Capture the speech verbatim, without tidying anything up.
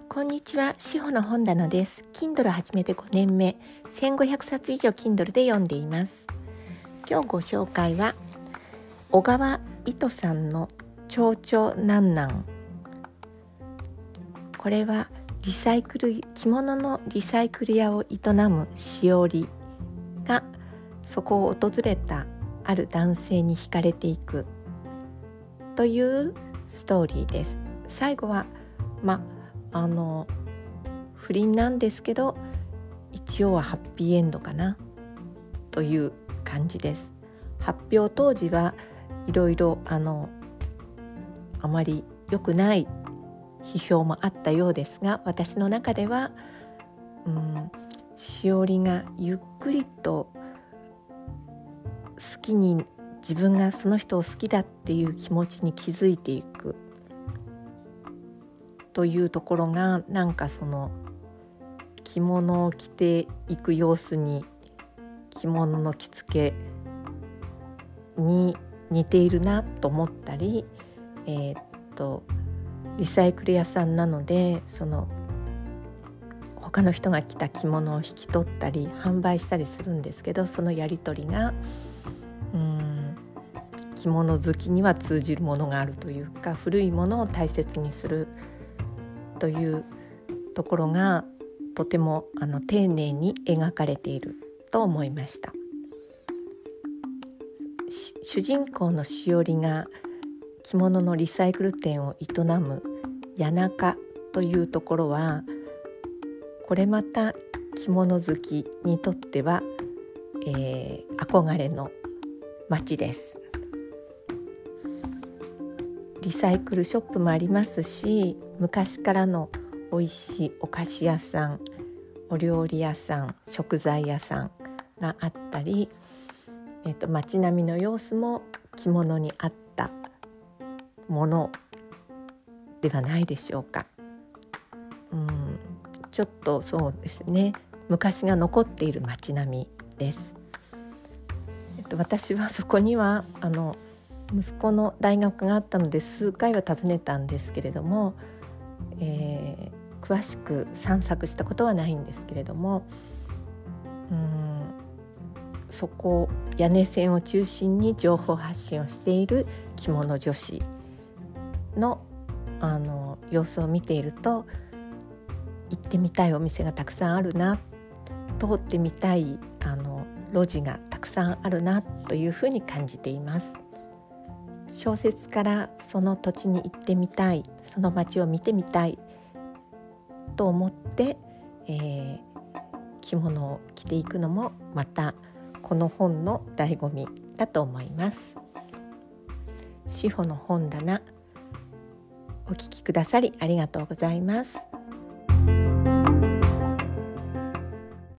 こんにちは、しほの本棚です。Kindle 始めてごねんめ、せんごひゃくさつ以上 Kindle で読んでいます。今日ご紹介は小川糸さんの蝶々なんなん。これはリサイクル着物のリサイクル屋を営むしおりがそこを訪れたある男性に惹かれていくというストーリーです。最後はまあの不倫なんですけど一応はハッピーエンドかなという感じです。発表当時はいろいろあのあまり良くない批評もあったようですが、私の中では、うん、しおりがゆっくりと好きに自分がその人を好きだっていう気持ちに気づいていくというところが、なんかその着物を着ていく様子に着物の着付けに似ているなと思ったり、えー、っとリサイクル屋さんなのでその他の人が着た着物を引き取ったり販売したりするんですけど、そのやり取りがうーん着物好きには通じるものがあるというか、古いものを大切にするというところがとてもあの丁寧に描かれていると思いました。主人公のしおりが着物のリサイクル店を営む谷中というところは、これまた着物好きにとっては、えー、憧れの街です。リサイクルショップもありますし、昔からの美味しいお菓子屋さん、お料理屋さん、食材屋さんがあったり、えーと、街並みの様子も着物に合ったものではないでしょうか。うん、ちょっとそうですね、昔が残っている街並みです。えっと、私はそこにはあの息子の大学があったので数回は訪ねたんですけれども、えー、詳しく散策したことはないんですけれども、うーんそこ屋根線を中心に情報発信をしている着物女子の、あの様子を見ていると、行ってみたいお店がたくさんあるな、通ってみたいあの路地がたくさんあるなというふうに感じています。小説からその土地に行ってみたい、その街を見てみたいと思って、えー、着物を着ていくのもまたこの本の醍醐味だと思います。しほの本棚、お聞きくださりありがとうございます。